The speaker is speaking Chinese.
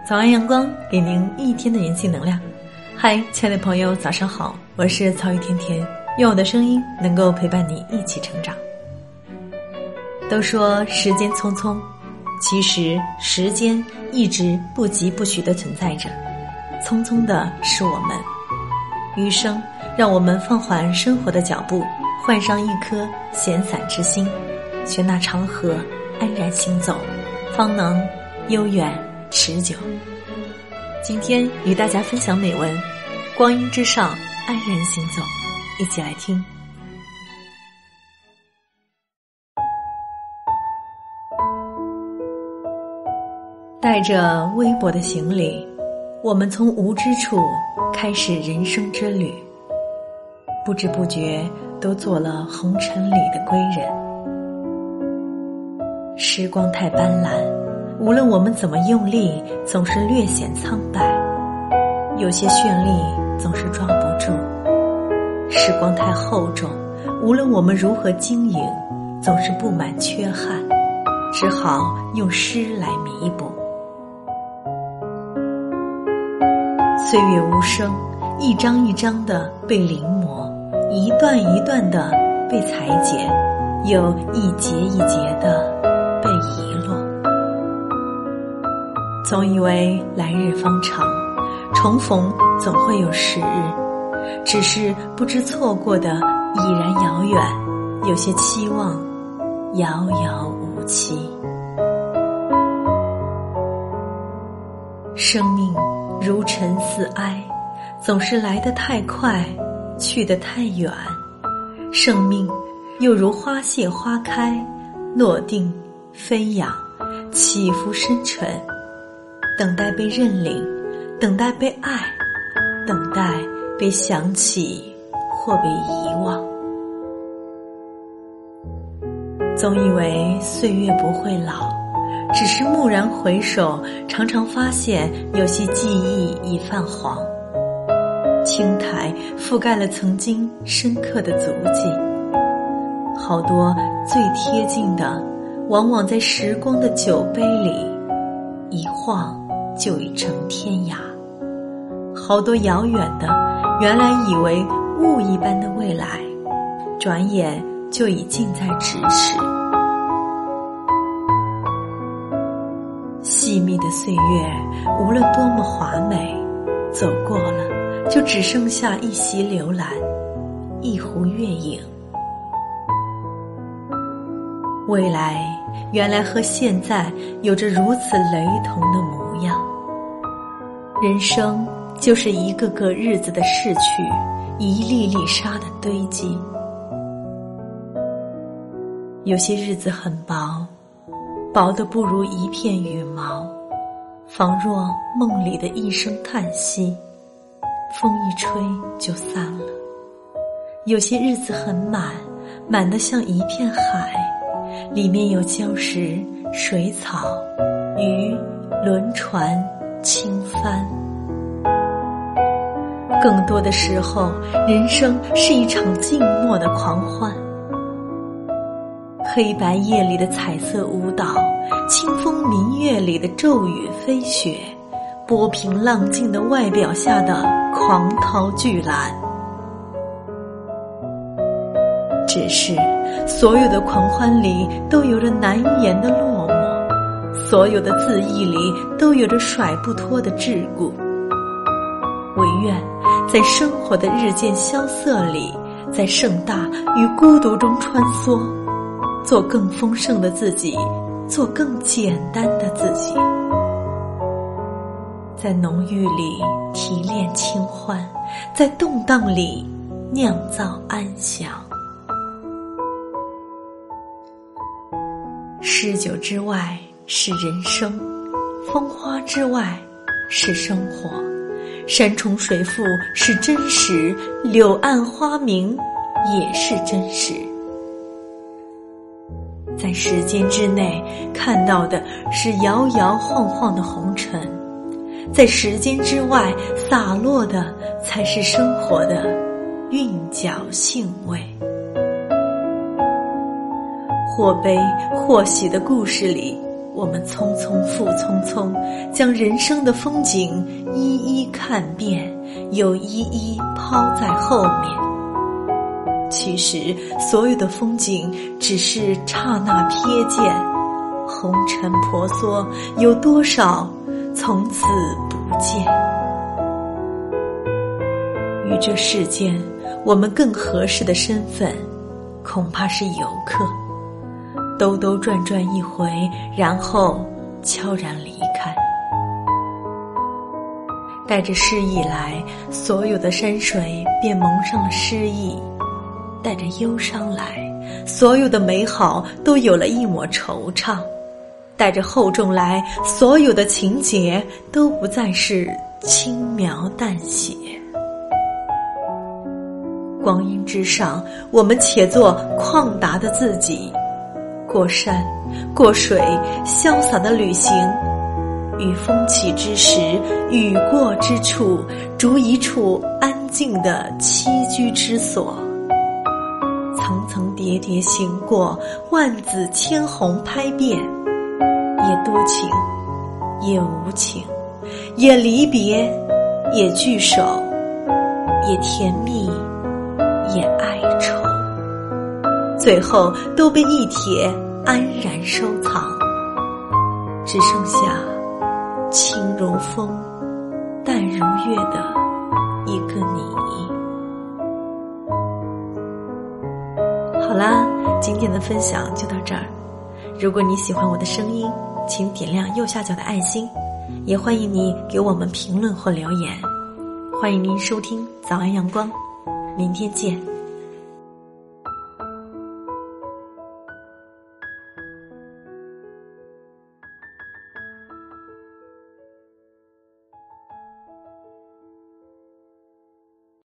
早安阳光，给您一天的人性能量。嗨，亲爱的朋友，早上好，我是曹雨甜甜，愿我的声音能够陪伴你一起成长。都说时间匆匆，其实时间一直不疾不徐地存在着，匆匆的是我们。余生，让我们放缓生活的脚步，换上一颗闲散之心，学那长河安然行走，方能悠远持久。今天与大家分享美文，光阴之上安然行走，一起来听。带着微薄的行李，我们从无知处开始人生之旅，不知不觉都做了红尘里的归人。时光太斑斓，无论我们怎么用力，总是略显苍白，有些绚丽总是抓不住。时光太厚重，无论我们如何经营，总是布满缺憾，只好用诗来弥补。岁月无声，一张一张的被临摹，一段一段的被裁剪，又一节一节的被遗落。总以为来日方长，重逢总会有时日，只是不知错过的已然遥远，有些期望遥遥无期。生命如尘似埃，总是来得太快，去得太远。生命又如花谢花开，落定飞扬，起伏深沉，等待被认领，等待被爱，等待被想起或被遗忘。总以为岁月不会老，只是蓦然回首，常常发现有些记忆已泛黄，青苔覆盖了曾经深刻的足迹。好多最贴近的，往往在时光的酒杯里，一晃就已成天涯。好多遥远的，原来以为雾一般的未来，转眼就已近在咫尺。细密的岁月，无论多么华美，走过了，就只剩下一袭流岚，一壶月影。未来原来和现在有着如此雷同的模样。人生就是一个个日子的逝去，一粒粒沙的堆积。有些日子很薄，薄得不如一片羽毛，仿若梦里的一声叹息，风一吹就散了。有些日子很满，满得像一片海，里面有礁石、水草、鱼、轮船、轻帆。更多的时候，人生是一场静默的狂欢。黑白夜里的彩色舞蹈，清风明月里的骤雨飞雪，波平浪静的外表下的狂涛巨澜。只是所有的狂欢里都有着难言的落寞，所有的恣意里都有着甩不脱的桎梏。唯愿在生活的日渐萧瑟里，在盛大与孤独中穿梭，做更丰盛的自己，做更简单的自己，在浓郁里提炼清欢，在动荡里酿造安详。诗酒之外是人生，风花之外是生活，山重水复是真实，柳暗花明也是真实。在时间之内看到的是摇摇晃晃的红尘，在时间之外洒落的才是生活的韵脚兴味。或悲或喜的故事里， 我们匆匆复匆匆，将人生的风景一一看遍，又一一抛在后面。其实所有的风景只是刹那瞥见，红尘婆娑，有多少从此不见。与这世间我们更合适的身份，恐怕是游客，兜兜转转一回，然后悄然离开。带着诗意来，所有的山水便蒙上了诗意；带着忧伤来，所有的美好都有了一抹惆怅；带着厚重来，所有的情节都不再是轻描淡写。光阴之上，我们且做旷达的自己，过山过水，潇洒的旅行，于风起之时，雨过之处，逐一处安静的栖居之所。层层叠叠行过，万紫千红拍遍，也多情，也无情，也离别，也聚首，也甜蜜，也哀愁，最后都被一帖安然收藏，只剩下轻如风，淡如月的一个你。好啦，今天的分享就到这儿。如果你喜欢我的声音，请点亮右下角的爱心，也欢迎你给我们评论或留言。欢迎您收听早安阳光，明天见。